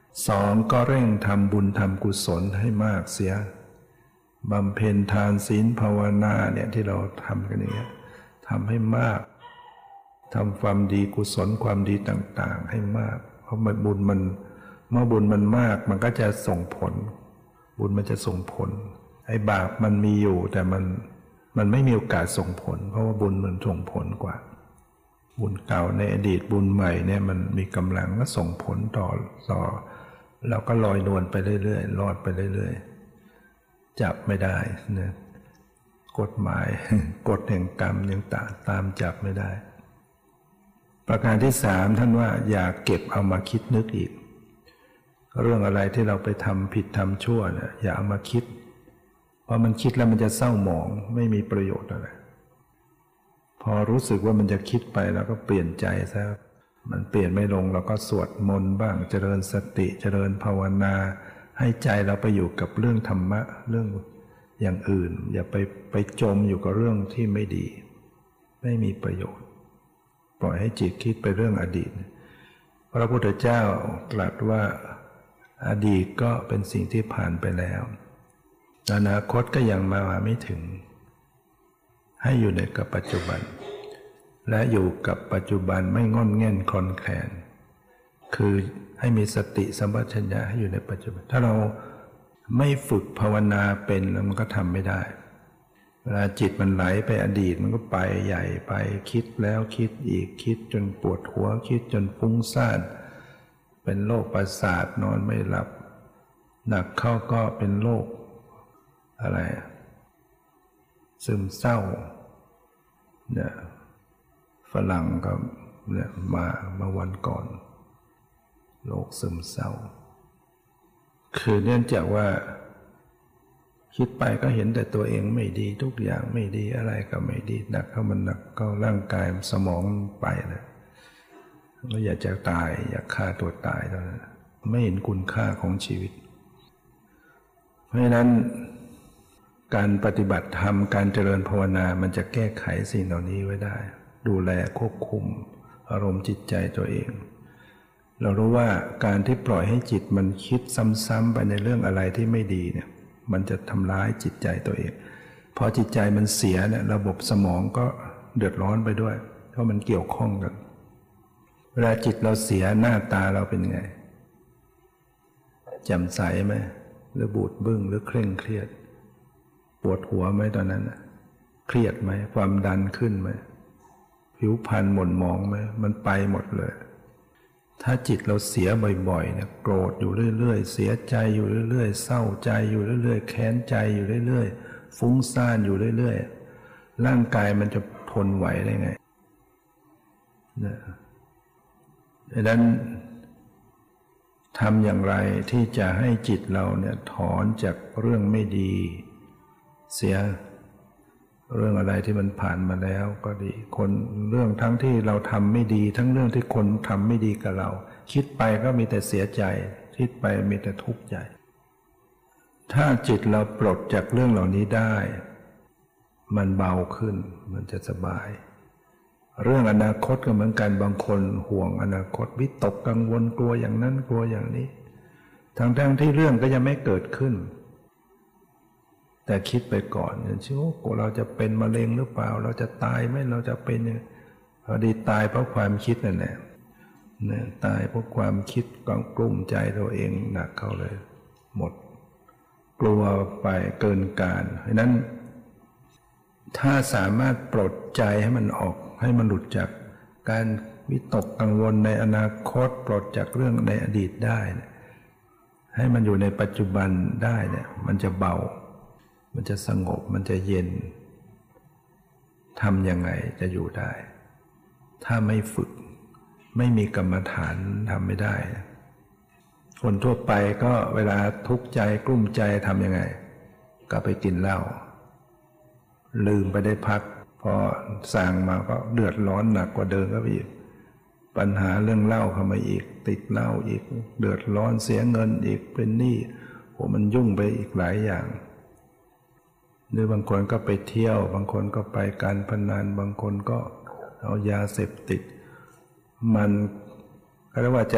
สองก็เร่งทำบุญทำกุศลให้มากเสียบำเพ็ญทานศีลภาวนาเนี่ยที่เราทำกันอย่างเงี้ยทำให้มากทำความดีกุศลความดีต่างๆให้มากเพราะมันบุญมันเมื่อบุญมันมากมันก็จะส่งผลบุญมันจะส่งผลไอ้บาปมันมีอยู่แต่มันมันไม่มีโอกาสส่งผลเพราะว่าบุญมันส่งผลกว่าบุญเก่าในอดีตบุญใหม่เนี่ยมันมีกำลังก็ส่งผลต่อต่อเราก็ลอยนวลไปเรื่อยๆรอดไปเรื่อยๆจับไม่ได้นะกฎหมายกฎแห่งกรรมยังตามตามจับไม่ได้ประการที่สามท่านว่าอย่าเก็บเอามาคิดนึกอีกเรื่องอะไรที่เราไปทำผิดทำชั่วเนี่ยอย่าเอามาคิดเพราะมันคิดแล้วมันจะเศร้าหมองไม่มีประโยชน์อะไรพอรู้สึกว่ามันจะคิดไปแล้วก็เปลี่ยนใจซะมันเปลี่ยนไม่ลงเราก็สวดมนต์บ้างเจริญสติเจริญภาวนาให้ใจเราไปอยู่กับเรื่องธรรมะเรื่องอย่างอื่นอย่าไปไปจมอยู่กับเรื่องที่ไม่ดีไม่มีประโยชน์ปล่อยให้จิตคิดไปเรื่องอดีตพระพุทธเจ้าตรัสว่าอดีตก็เป็นสิ่งที่ผ่านไปแล้วอนาคตก็ยังมาไม่ถึงให้อยู่ในกับปัจจุบันและอยู่กับปัจจุบันไม่งอนแง่นคลอนแคลนคือให้มีสติสัมปชัญญะให้อยู่ในปัจจุบันถ้าเราไม่ฝึกภาวนาเป็นแล้วมันก็ทำไม่ได้เวลาจิตมันไหลไปอดีตมันก็ไปใหญ่ไปคิดแล้วคิดอีกคิดจนปวดหัวคิดจนฟุ้งซ่านเป็นโรคประสาทนอนไม่หลับหนักเข้าก็เป็นโรคอะไรซึมเศร้าเนี่ยฝรั่งก็เนี่ยมามาวันก่อนโรคซึมเศร้าคือเนื่องจากว่าคิดไปก็เห็นแต่ตัวเองไม่ดีทุกอย่างไม่ดีอะไรก็ไม่ดีหนักเข้ามันหนักก็ร่างกายสมองไปเลยก็อยากจะตายอยากฆ่าตัวตายแล้วนะไม่เห็นคุณค่าของชีวิตเพราะฉะนั้นการปฏิบัติธรรมการเจริญภาวนามันจะแก้ไขสิ่งเหล่านี้ไว้ได้ดูแลควบคุมอารมณ์จิตใจตัวเองเรารู้ว่าการที่ปล่อยให้จิตมันคิดซ้ำๆไปในเรื่องอะไรที่ไม่ดีเนี่ยมันจะทำร้ายจิตใจตัวเองพอจิตใจมันเสียเนี่ยระบบสมองก็เดือดร้อนไปด้วยเพราะมันเกี่ยวข้องกันเวลาจิตเราเสียหน้าตาเราเป็นไงแจ่มใสไหมหรือบูดบึ้งหรือเคร่งเครียดปวดหัวไหมตอนนั้นเครียดไหมความดันขึ้นไหมผิวพรรณหม่นหมองไหมมันไปหมดเลยถ้าจิตเราเสียบ่อยๆเนี่ยโกรธอยู่เรื่อยๆเสียใจอยู่เรื่อยๆเศร้าใจอยู่เรื่อยๆแค้นใจอยู่เรื่อยๆฟุ้งซ่านอยู่เรื่อยๆร่างกายมันจะทนไหวได้ไงนะดังนั้นทำอย่างไรที่จะให้จิตเราเนี่ยถอนจากเรื่องไม่ดีเสียเรื่องอะไรที่มันผ่านมาแล้วก็ดีคนเรื่องทั้งที่เราทำไม่ดีทั้งเรื่องที่คนทำไม่ดีกับเราคิดไปก็มีแต่เสียใจคิดไปมีแต่ทุกข์ใจถ้าจิตเราปลดจากเรื่องเหล่านี้ได้มันเบาขึ้นมันจะสบายเรื่องอนาคตก็เหมือนกันบางคนห่วงอนาคตวิตกกังวลกลัวอย่างนั้นกลัวอย่างนี้ทั้งๆที่เรื่องก็ยังไม่เกิดขึ้นแต่คิดไปก่อนอย่างเช่นโอ้เราจะเป็นมะเร็งหรือเปล่าเราจะตายไหมเราจะเป็นพอดีตายเพราะความคิดนั่นแหละเนี่ยตายเพราะความคิดกังกลุ้มใจตัวเองหนักเข้าเลยหมดกลัวไปเกินการเพราะนั้นถ้าสามารถปลดใจให้มันออกให้มันหลุดจากการวิตกกังวลในอนาคตปลดจากเรื่องในอดีตได้ให้มันอยู่ในปัจจุบันได้เนี่ยมันจะเบามันจะสงบมันจะเย็นทำยังไงจะอยู่ได้ถ้าไม่ฝึกไม่มีกรรมฐานทำไม่ได้คนทั่วไปก็เวลาทุกข์ใจกลุ้มใจทำยังไงก็ไปกินเหล้าลืมไปได้พักพอสั่งมาก็เดือดร้อนหนักกว่าเดิมก็อีกปัญหาเรื่องเหล้าเข้ามาอีกติดเหล้าอีกเดือดร้อนเสียเงินอีกเป็นหนี้โหมันยุ่งไปอีกหลายอย่างหรือบางคนก็ไปเที่ยวบางคนก็ไปการพนันบางคนก็เอายาเสพติดมันก็เรียกว่าจะ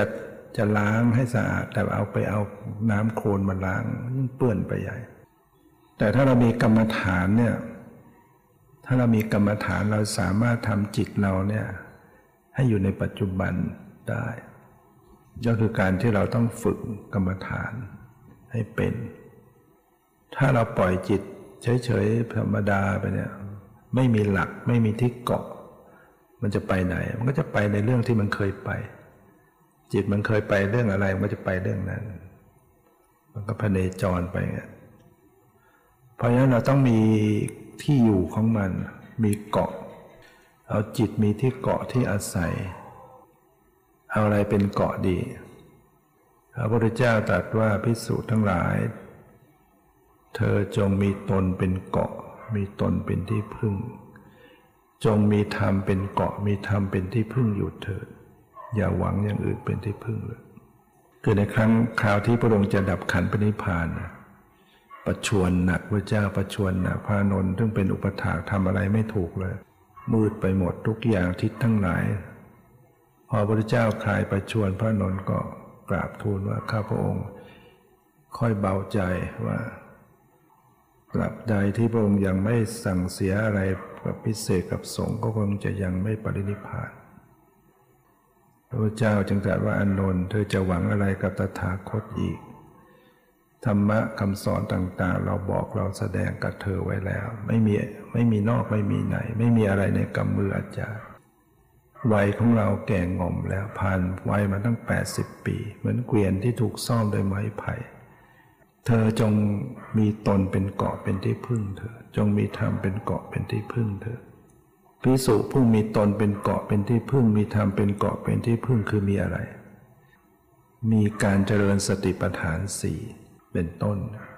จะล้างให้สะอาดแต่เอาไปเอาน้ำโคลนมาล้างยิ่งเปื้อนไปใหญ่แต่ถ้าเรามีกรรมฐานเนี่ยถ้าเรามีกรรมฐานเราสามารถทำจิตเราเนี่ยให้อยู่ในปัจจุบันได้ก็คือการที่เราต้องฝึกกรรมฐานให้เป็นถ้าเราปล่อยจิตเฉยๆธรรมดาไปเนี่ยไม่มีหลักไม่มีที่เกาะมันจะไปไหนมันก็จะไปในเรื่องที่มันเคยไปจิตมันเคยไปเรื่องอะไรมันก็จะไปเรื่องนั้นมันก็พเนจรไปไงเพราะฉะนั้นเราต้องมีที่อยู่ของมันมีเกาะเอาจิตมีที่เกาะที่อาศัยเอาอะไรเป็นเกาะดีพระพุทธเจ้าตรัสว่าภิกษุทั้งหลายเธอจงมีตนเป็นเกาะมีตนเป็นที่พึ่งจงมีธรรมเป็นเกาะมีธรรมเป็นที่พึ่งอยู่เถิดอย่าหวังอย่างอื่นเป็นที่พึ่งเลยคือในครั้งคราวที่พระองค์จะดับขันธ์ปรินิพพานประชวรหนักพระเจ้าประชวรหนักพระอานนท์ซึ่งเป็นอุปถากทำอะไรไม่ถูกเลยมืดไปหมดทุกอย่างทิศทั้งหลายพอพระพุทธเจ้าคลายประชวรพระอานนท์ก็กราบทูลว่าข้าพระองค์ค่อยเบาใจว่าตราบใดที่พระองค์ยังไม่สั่งเสียอะไรกับพิเศษกับสงฆ์ก็คงจะยังไม่ปรินิพพานพระพุทธเจ้าจึงตรัสว่าอานนท์เธอจะหวังอะไรกับตถาคตอีกธรรมะคำสอนต่างๆเราบอกเราแสดงกับเธอไว้แล้วไม่มีไม่มีนอกไม่มีในไม่มีอะไรในกำมืออาจารย์วัยของเราแก่ง่อมแล้วผ่านวัยมาตั้งแปดสิบปีเหมือนเกวียนที่ถูกซ่อมด้วยไม้ไผ่เธอจงมีตนเป็นเกาะเป็นที่พึ่งเธอจงมีธรรมเป็นเกาะเป็นที่พึ่งเธอภิกษุผู้มีตนเป็นเกาะเป็นที่พึ่งมีธรรมเป็นเกาะเป็นที่พึ่งคือมีอะไรมีการเจริญสติปัฏฐานสี่เป็นต้น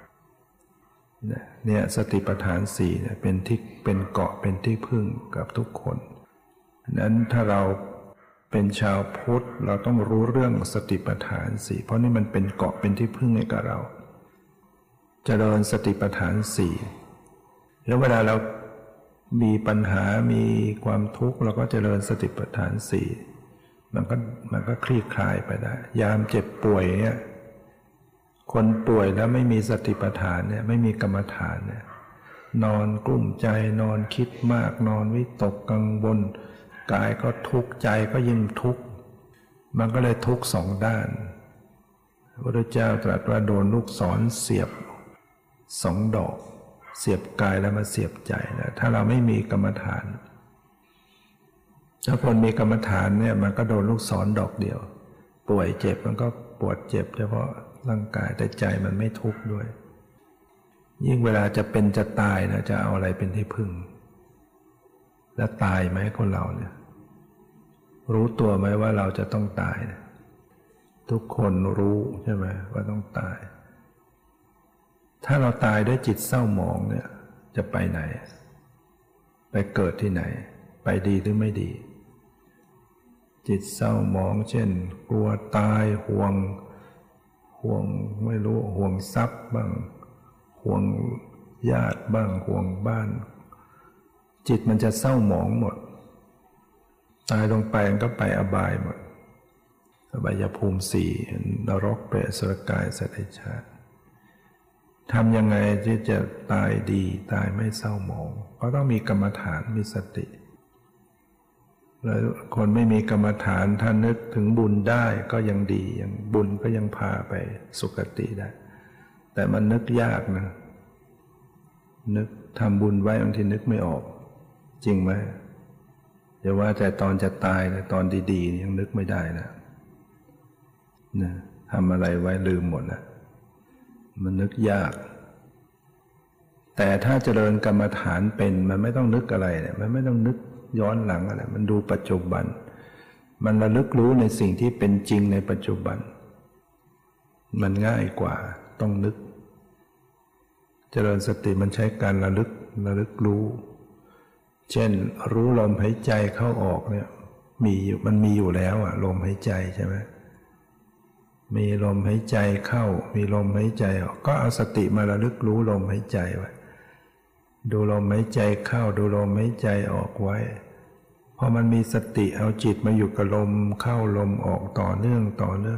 เนี่ยสติปัฏฐานสี่เนี่ยเป็นที่เป็นเกาะเป็นที่พึ่งกับทุกคนนั้นถ้าเราเป็นชาวพุทธเราต้องรู้เรื่องสติปัฏฐานสี่เพราะนี่มันเป็นเกาะเป็นที่พึ่งให้กับเราเจริญสติปัฏฐานสี่แล้วเวลาเรามีปัญหามีความทุกข์เราก็เจริญสติปัฏฐานสี่มันก็มันก็คลี่คลายไปได้ยามเจ็บป่วยเนี่ยคนป่วยแล้วไม่มีสติปัฏฐานเนี่ยไม่มีกรรมฐานเนี่ยนอนกลุ้มใจนอนคิดมากนอนวิตกกังวลกายก็ทุกข์ใจก็ยิ่งทุกข์มันก็เลยทุกข์สองด้านพระพุทธเจ้าตรัสว่าโดนลูกศรเสียบสองดอกเสียบกายแล้วมาเสียบใจนะถ้าเราไม่มีกรรมฐานถ้าคนมีกรรมฐานเนี่ยมันก็โดนลูกศรดอกเดียวป่วยเจ็บมันก็ปวดเจ็บเฉพาะร่างกายแต่ใจมันไม่ทุกข์ด้วยยิ่งเวลาจะเป็นจะตายนะจะเอาอะไรเป็นที่พึ่งแล้วตายไหมคนเราเนี่ยรู้ตัวไหมว่าเราจะต้องตายนะทุกคนรู้ใช่ไหมว่าต้องตายถ้าเราตายด้วยจิตเศร้าหมองเนี่ยจะไปไหนไปเกิดที่ไหนไปดีหรือไม่ดีจิตเศร้าหมองเช่นกลัวตายห่วงห่วงไม่รู้ห่วงทรัพย์บ้างห่วงญาติบ้างห่วงบ้านจิตมันจะเศร้าหมองหมดตายลงไปมันก็ไปอบายหมดอบายภูมิสี่นรกเปรตอสุรกายสัตว์เดรัจฉานทำยังไงที่จะตายดีตายไม่เศร้าหมองก็ต้องมีกรรมฐานมีสติแล้วคนไม่มีกรรมฐานถ้านึกถึงบุญได้ก็ยังดียังบุญก็ยังพาไปสุคติได้แต่มันนึกยากนะนึกทำบุญไว้บางทีนึกไม่ออกจริงไหมอย่าว่าแต่ตอนจะตายนะตอนดีๆยังนึกไม่ได้นะนะทำอะไรไว้ลืมหมดนะมันนึกยากแต่ถ้าเจริญกรรมฐานเป็นมันไม่ต้องนึกอะไรเนี่ยมันไม่ต้องนึกย้อนหลังอะไรมันดูปัจจุบันมันระลึกรู้ในสิ่งที่เป็นจริงในปัจจุบันมันง่ายกว่าต้องนึกเจริญสติมันใช้การระลึกระลึกรู้เช่นรู้ลมหายใจเข้าออกเนี่ยมีอยู่มันมีอยู่แล้วอะลมหายใจใช่ไหมมีลมหายใจเข้ามีลมหายใจออกก็เอาสติมาระลึกรู้ลมหายใจไว้ดูลมหายใจเข้าดูลมหายใจออกไว้พอมันมีสติเอาจิตมาอยู่กับลมเข้าลมออกต่อเนื่องต่อเนื่อง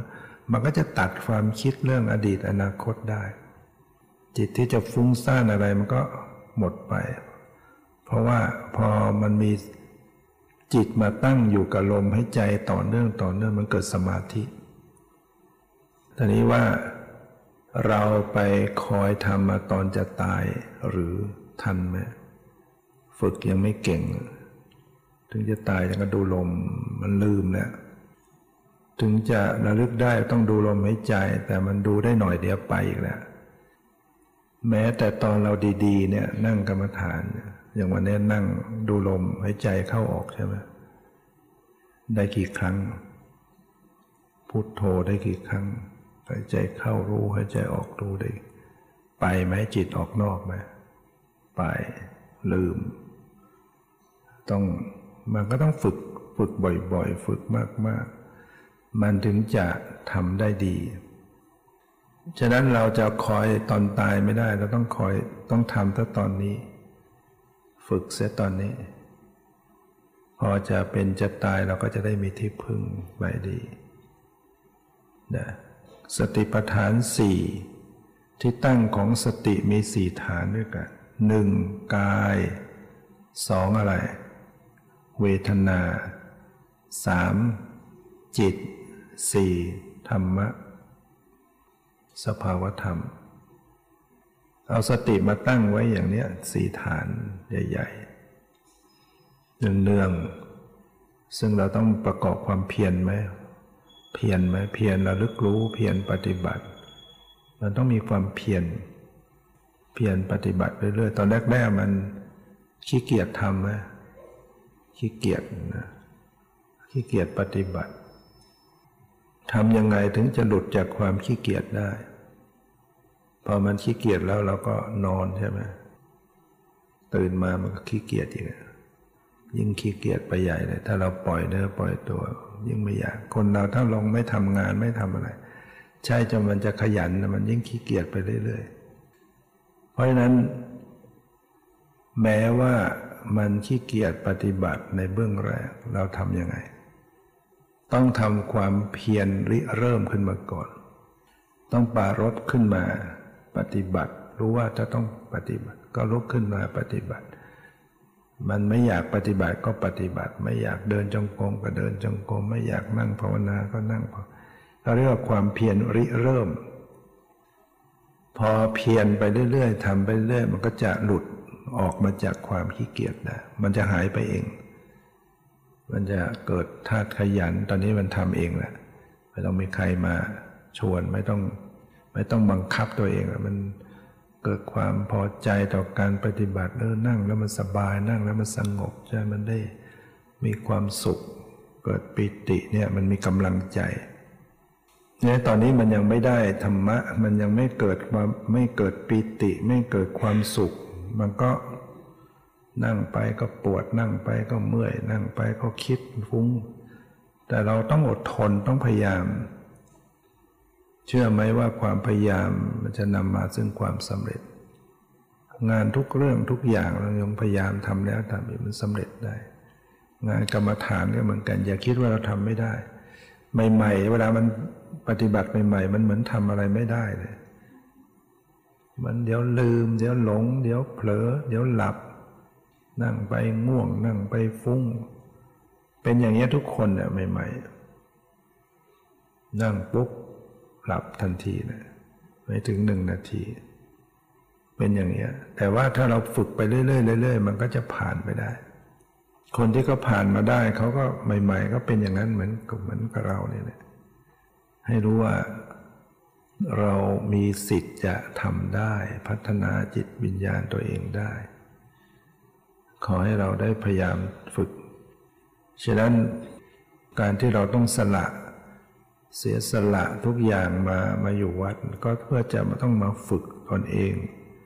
มันก็จะตัดความคิดเรื่องอดีตอนาคตได้จิตที่จะฟุ้งซ่านอะไรมันก็หมดไปเพราะว่าพอมันมีจิตมาตั้งอยู่กับลมหายใจต่อเนื่องต่อเนื่องมันเกิดสมาธิตอนนี้ว่าเราไปคอยทำมาตอนจะตายหรือทันไหมฝึกยังไม่เก่งถึงจะตายยังก็ดูลมมันลืมแล้วถึงจะระลึกได้ต้องดูลมหายใจแต่มันดูได้หน่อยเดียวไปอีกแล้วแม้แต่ตอนเราดีๆเนี่ยนั่งกรรมฐานอย่างวันนี้นั่งดูลมหายใจเข้าออกใช่ไหมได้กี่ครั้งพุทโธได้กี่ครั้งหายใจเข้ารู้หายใจออกรู้ได้ไปไหมจิตออกนอกไหมไปลืมต้องมันก็ต้องฝึกฝึกบ่อยๆฝึกมากๆมันถึงจะทำได้ดีฉะนั้นเราจะคอยตอนตายไม่ได้เราต้องคอยต้องทำตั้งตอนนี้ฝึกเสียตอนนี้พอจะเป็นจะตายเราก็จะได้มีที่พึ่งไว้ดีนะสติปัฏฐานสี่ที่ตั้งของสติมีสี่ฐานด้วยกันหนึ่งกายสองอะไรเวทนาสามจิตสี่ธรรมะสภาวธรรมเอาสติมาตั้งไว้อย่างนี้สี่ฐานใหญ่ๆเนืองๆซึ่งเราต้องประกอบความเพียรไหมเพียรไหมเพียรระลึกรู้เพียรปฏิบัติมันต้องมีความเพียรเพียรปฏิบัติเรื่อยๆตอนแรกๆมันขี้เกียจทำไหมขี้เกียจนะขี้เกียจปฏิบัติทำยังไงถึงจะหลุดจากความขี้เกียจได้พอมันขี้เกียจแล้วเราก็นอนใช่ไหมตื่นมามันก็ขี้เกียจอีกยิ่งขี้เกียจไปใหญ่เลยถ้าเราปล่อยเนื้อปล่อยตัวยิ่งไม่อยากคนเราถ้าลงไม่ทำงานไม่ทำอะไรใช่จนมันจะขยันมันยิ่งขี้เกียจไปเรื่อยๆเพราะฉะนั้นแม้ว่ามันขี้เกียจปฏิบัติในเบื้องแรกเราทำยังไงต้องทำความเพียรริเริ่มขึ้นมาก่อนต้องปรารภขึ้นมาปฏิบัติรู้ว่าจะต้องปฏิบัติก็ลุกขึ้นมาปฏิบัติมันไม่อยากปฏิบัติก็ปฏิบัติไม่อยากเดินจงกรมก็เดินจงกรมไม่อยากนั่งภาวนาก็นั่งภาวนาเขาเรียกว่าความเพียรริเริ่มพอเพียรไปเรื่อยๆทำไปเรื่อยมันก็จะหลุดออกมาจากความขี้เกียจนะมันจะหายไปเองมันจะเกิดธาตุขยันตอนนี้มันทำเองแหละไม่ต้องมีใครมาชวนไม่ต้องไม่ต้องบังคับตัวเองมันเกิดความพอใจต่อการปฏิบัติเออนั่งแล้วมันสบายนั่งแล้วมันสงบใจมันได้มีความสุขเกิดปิติเนี่ยมันมีกำลังใจเนี่ยตอนนี้มันยังไม่ได้ธรรมะมันยังไม่เกิดความไม่เกิดปิติไม่เกิดความสุขมันก็นั่งไปก็ปวดนั่งไปก็เมื่อยนั่งไปก็คิดฟุ้งแต่เราต้องอดทนต้องพยายามเชื่อไหมว่าความพยายามมันจะนำมาซึ่งความสำเร็จงานทุกเรื่องทุกอย่างเรายังพยายามทำแล้วทำอีกมันสำเร็จได้งานกรรมฐานก็เหมือนกันอย่าคิดว่าเราทำไม่ได้ใหม่ๆเวลามันปฏิบัติใหม่ๆมันเหมือนทำอะไรไม่ได้เลยมันเดี๋ยวลืมเดี๋ยวหลงเดี๋ยวเผลอเดี๋ยวหลับนั่งไปง่วงนั่งไปฟุ้งเป็นอย่างนี้ทุกคนเนี่ยใหม่ๆนั่งปุ๊บหลับทันทีนะไม่ถึงหนึ่งนาทีเป็นอย่างนี้แต่ว่าถ้าเราฝึกไปเรื่อยๆเรื่อยๆมันก็จะผ่านไปได้คนที่เขาผ่านมาได้เขาก็ใหม่ๆก็เป็นอย่างนั้นเหมือนกับเหมือนกับเราเนี่ยแหละให้รู้ว่าเรามีสิทธิ์จะทำได้พัฒนาจิตวิญญาณตัวเองได้ขอให้เราได้พยายามฝึกฉะนั้นการที่เราต้องสละเสียสละทุกอย่างมามาอยู่วัดก็เพื่อจะมาต้องมาฝึกตนเอง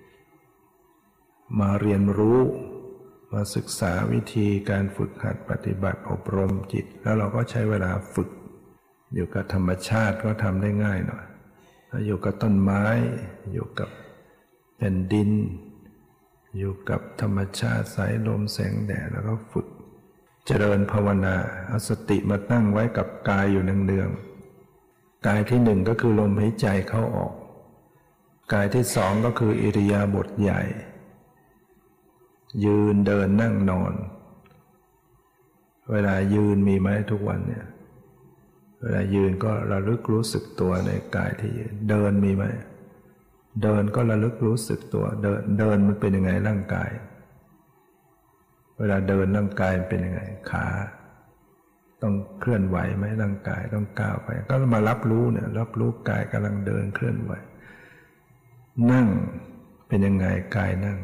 มาเรียนรู้มาศึกษาวิธีการฝึกหัดปฏิบัติอบรมจิตแล้วเราก็ใช้เวลาฝึกอยู่กับธรรมชาติก็ทำได้ง่ายหน่อยอยู่กับต้นไม้อยู่กับแผ่นดินอยู่กับธรรมชาติสายลมแสงแดดแล้วก็ฝึกเจริญภาวนาเอาสติมาตั้งไว้กับกายอยู่เนืองกายที่หนึ่งก็คือลมหายใจเข้าออกกายที่สองก็คืออิริยาบถใหญ่ยืนเดินนั่งนอนเวลายืนมีไหมทุกวันเนี่ยเวลายืนก็ระลึกรู้สึกตัวในกายที่ยืนเดินมีไหมเดินก็ระลึกรู้สึกตัวเดินเดินมันเป็นยังไงร่างกายเวลาเดินร่างกายเป็นยังไงขาต้องเคลื่อนไหวไหมร่างกายต้องก้าวไปก็มารับรู้เนี่ยรับรู้กายกำลังเดินเคลื่อนไหวนั่งเป็นยังไงกายนั่ง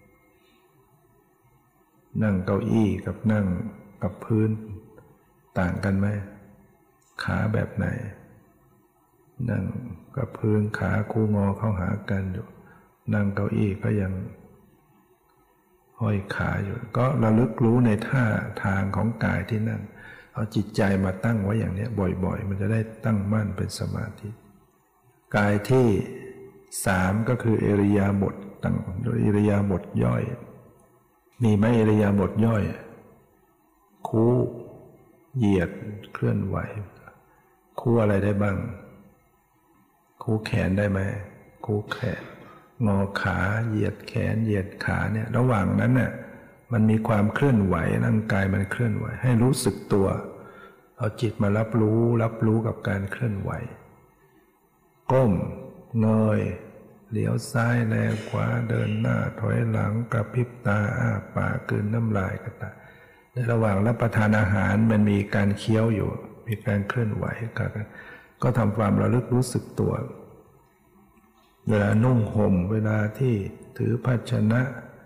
นั่งเก้าอี้กับนั่งกับพื้นต่างกันไหมขาแบบไหนนั่งกับพื้นขาคู่งอเข้าหากันอยู่นั่งเก้าอี้ก็ยังห้อยขาอยู่ก็ระลึกรู้ในท่าทางของกายที่นั่งเอาจิตใจมาตั้งไว้อย่างนี้บ่อยๆมันจะได้ตั้งมั่นเป็นสมาธิกายที่สามก็คืออิริยาบถต่างอิริยาบถย่อยมีไหมอิริยาบถย่อยคู่เหยียดเคลื่อนไหวคู่อะไรได้บ้างคู่แขนได้ไหมคู่แขนงอขาเหยียดแขนเหยียดขาเนี่ยระหว่างนั้นน่ะมันมีความเคลื่อนไหวร่างกายมันเคลื่อนไหวให้รู้สึกตัวเอาจิตมารับรู้รับรู้กับการเคลื่อนไหวก้มเงยเหลียวซ้ายแลขวาเดินหน้าถอยหลังกระพริบตาอ้าปากกลืนน้ำลายก็ตามในระหว่างรับประทานอาหารมันมีการเคี้ยวอยู่มีการเคลื่อนไหวกันก็ทำความระลึกรู้สึกตัวเวลานุ่งห่มเวลาที่ถือภาชนะ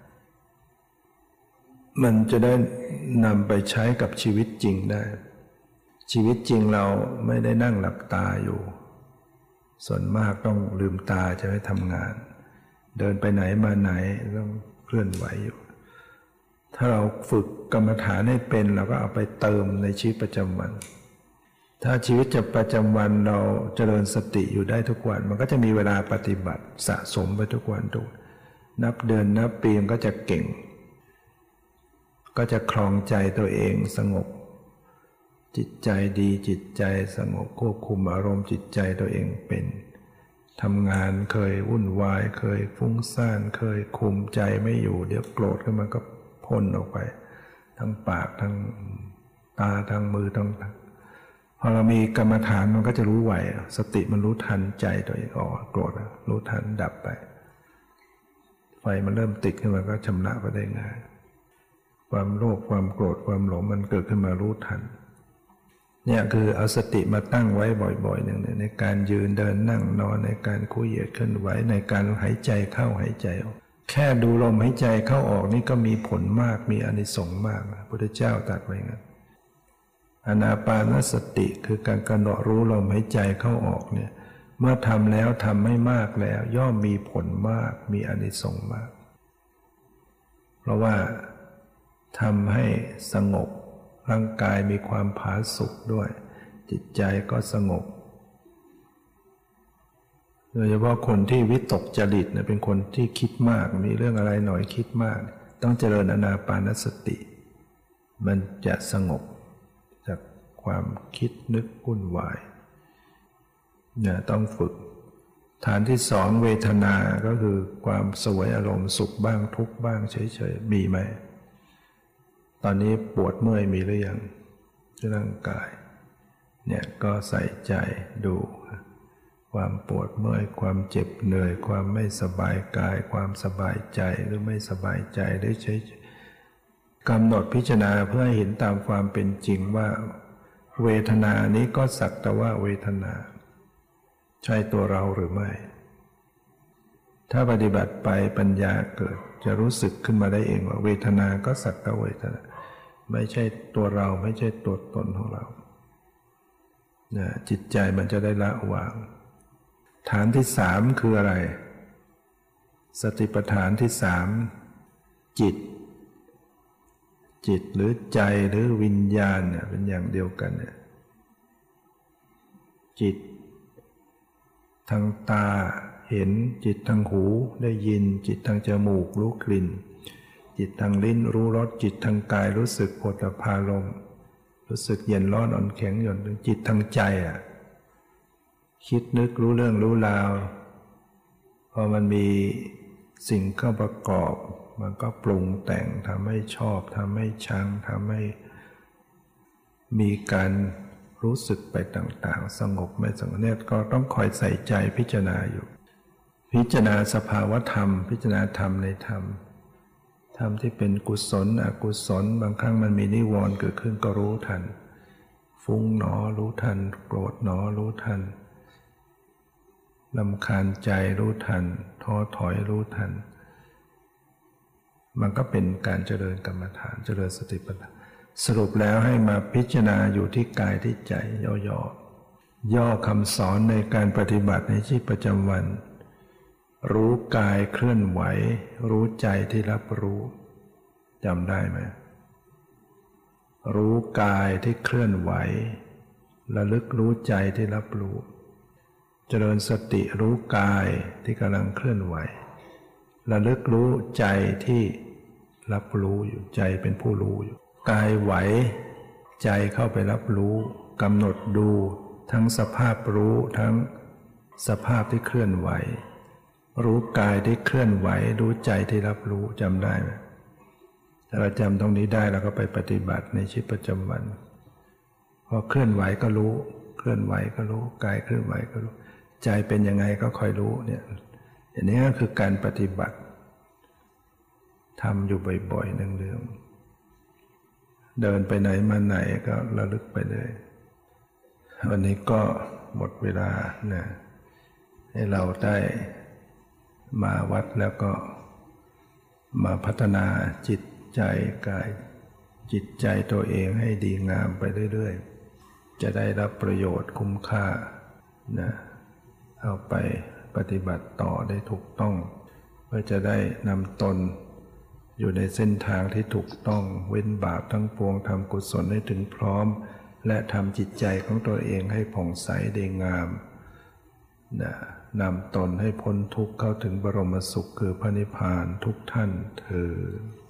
มันจะได้นำไปใช้กับชีวิตจริงได้ชีวิตจริงเราไม่ได้นั่งหลับตาอยู่ส่วนมากต้องลืมตาจะไปทำงานเดินไปไหนมาไหนต้องเคลื่อนไหวอยู่ถ้าเราฝึกกรรมฐานให้เป็นเราก็เอาไปเติมในชีวิตประจำวันถ้าชีวิตจะประจำวันเราเจริญสติอยู่ได้ทุกวันมันก็จะมีเวลาปฏิบัติสะสมไปทุกวันทุกนับเดือนนับปีมันก็จะเก่งก็จะครองใจตัวเองสงบจิตใจดีจิตใจสงบควบคุมอารมณ์จิตใจตัวเองเป็นทำงานเคยวุ่นวายเคยฟุ้งซ่านเคยคุมใจไม่อยู่เดี๋ยวโกรธขึ้นมาก็พ่นออกไปทั้งปากทั้งตาทั้งมือทั้งพอเรามีกรรมฐานมันก็จะรู้ไหวสติมันรู้ทันใจตัวเองอ๋อโกรธรู้ทันดับไปไฟมันเริ่มติดขึ้นมาก็ชำระไปได้ง่ายความโลภความโกรธความหลงมันเกิดขึ้นมารู้ทันเนี่ยคือเอาสติมาตั้งไว้บ่อยๆอย่างนี้ในการยืนเดินนั่งนอนในการคู่เหยียดเคลื่อนไหวในการหายใจเข้าหายใจออกแค่ดูลมหายใจเข้าออกนี่ก็มีผลมากมีอานิสงส์มากพระพุทธเจ้าตรัสไว้งั้นอานาปานสติคือการกำหนดรู้ลมหายใจเข้าออกเนี่ยเมื่อทำแล้วทำไม่มากแล้วย่อมมีผลมากมีอานิสงส์มากเพราะว่าทำให้สงบร่างกายมีความผาสุกด้วยจิตใจก็สงบโดยเฉพาะคนที่วิตกจริตเนี่ยเป็นคนที่คิดมากมีเรื่องอะไรหน่อยคิดมากต้องเจริญอานาปานสติมันจะสงบจากความคิดนึกวุ่นวายเนี่ยต้องฝึกฐานที่สองเวทนาก็คือความสวยอารมณ์สุขบ้างทุกข์บ้างเฉยๆมีไหมตอนนี้ปวดเมื่อยมีหรือยังที่ร่างกายเนี่ยก็ใส่ใจดูความปวดเมื่อยความเจ็บเหนื่อยความไม่สบายกายความสบายใจหรือไม่สบายใจได้ใช้กำหนดพิจารณาเพื่อให้เห็นตามความเป็นจริงว่าเวทนานี้ก็สักแต่ว่าเวทนาใช่ตัวเราหรือไม่ถ้าปฏิบัติไปปัญญาเกิดจะรู้สึกขึ้นมาได้เองว่าเวทนาก็สักแต่เวทนาไม่ใช่ตัวเราไม่ใช่ตัวตนของเรานะจิตใจมันจะได้ละวางฐานที่สามคืออะไรสติปัฏฐานที่สามจิตจิตหรือใจหรือวิญญาณเนี่ยเป็นอย่างเดียวกันเนี่ยจิตทางตาเห็นจิตทางหูได้ยินจิตทางจมูกรู้กลิ่นจิตทางลิ้นรู้รสจิตทางกายรู้สึกโผฏฐัพพารมณ์รู้สึกเย็นร้อนอ่อนแข็งหย่อนจิตทางใจอ่ะคิดนึกรู้เรื่องรู้ราวพอมันมีสิ่งเข้าประกอบมันก็ปรุงแต่งทำให้ชอบทำให้ชังทำให้มีการรู้สึกไปต่างๆสงบไม่สงบเนี่ยก็ต้องคอยใส่ใจพิจารณาอยู่พิจารณาสภาวธรรมพิจารณาธรรมในธรรมธรรมที่เป็นกุศลอกุศลบางครั้งมันมีนิวรณ์เกิดขึ้นก็รู้ทันฟุ้งหนอรู้ทันโกรธหนอรู้ทันรำคาญใจรู้ทันท้อถอยรู้ทันมันก็เป็นการเจริญกรรมฐานเจริญสติปัฏฐานสรุปแล้วให้มาพิจารณาอยู่ที่กายที่ใจย่อๆย่อคำสอนในการปฏิบัติในชีวิตประจำวันรู้กายเคลื่อนไหวรู้ใจที่รับรู้จำได้ไหมรู้กายที่เคลื่อนไหวระลึกรู้ใจที่รับรู้เจริญสติรู้กายที่กำลังเคลื่อนไหวระลึกรู้ใจที่รับรู้อยู่ใจเป็นผู้รู้อยู่กายไหวใจเข้าไปรับรู้กำหนดดูทั้งสภาพรู้ทั้งสภาพที่เคลื่อนไหวรู้กายที่เคลื่อนไหวรู้ใจที่รับรู้จำได้ไหมถ้าเราจำตรงนี้ได้เราก็ไปปฏิบัติในชีวิตประจำวันพอเคลื่อนไหวก็รู้เคลื่อนไหวก็รู้กายเคลื่อนไหวก็รู้ใจเป็นยังไงก็คอยรู้เนี่ยอย่างนี้ก็คือการปฏิบัติทำอยู่บ่อยๆเนืองๆเดินไปไหนมาไหนก็ระลึกไปเลยวันนี้ก็หมดเวลานะให้เราได้มาวัดแล้วก็มาพัฒนาจิตใจกายจิตใจตัวเองให้ดีงามไปเรื่อยๆจะได้รับประโยชน์คุ้มค่านะเอาไปปฏิบัติต่อได้ถูกต้องเพื่อจะได้นำตนอยู่ในเส้นทางที่ถูกต้องเว้นบาปทั้งปวงทำกุศลให้ถึงพร้อมและทำจิตใจของตัวเองให้ผ่องใสดีงามนะนำตนให้พ้นทุกข์เข้าถึงบรมสุขคือพระนิพพานทุกท่านเทอญ